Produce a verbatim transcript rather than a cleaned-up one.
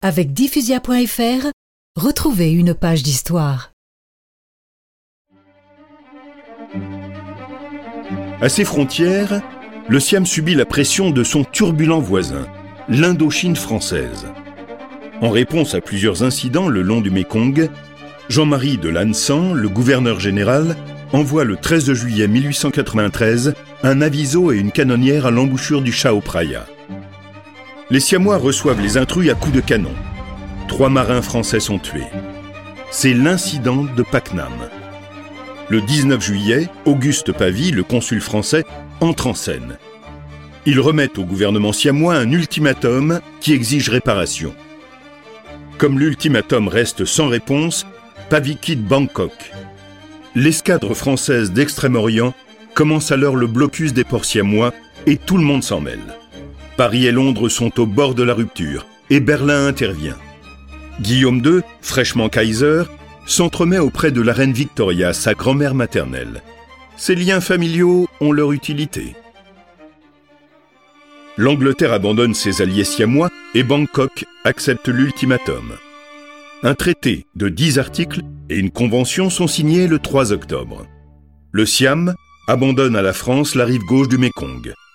Avec diffusia point f r, retrouvez une page d'histoire. À ses frontières, le Siam subit la pression de son turbulent voisin, l'Indochine française. En réponse à plusieurs incidents le long du Mékong, Jean-Marie de Lansan, le gouverneur général, envoie le treize juillet mille huit cent quatre-vingt-treize un aviso et une canonnière à l'embouchure du Chao Phraya. Les Siamois reçoivent les intrus à coups de canon. Trois marins français sont tués. C'est l'incident de Paknam. Le dix-neuf juillet, Auguste Pavie, le consul français, entre en scène. Il remet au gouvernement siamois un ultimatum qui exige réparation. Comme l'ultimatum reste sans réponse, Pavie quitte Bangkok. L'escadre française d'Extrême-Orient commence alors le blocus des ports siamois et tout le monde s'en mêle. Paris et Londres sont au bord de la rupture et Berlin intervient. Guillaume deux, fraîchement Kaiser, s'entremet auprès de la reine Victoria, sa grand-mère maternelle. Ces liens familiaux ont leur utilité. L'Angleterre abandonne ses alliés siamois et Bangkok accepte l'ultimatum. Un traité de dix articles et une convention sont signés le trois octobre. Le Siam abandonne à la France la rive gauche du Mékong.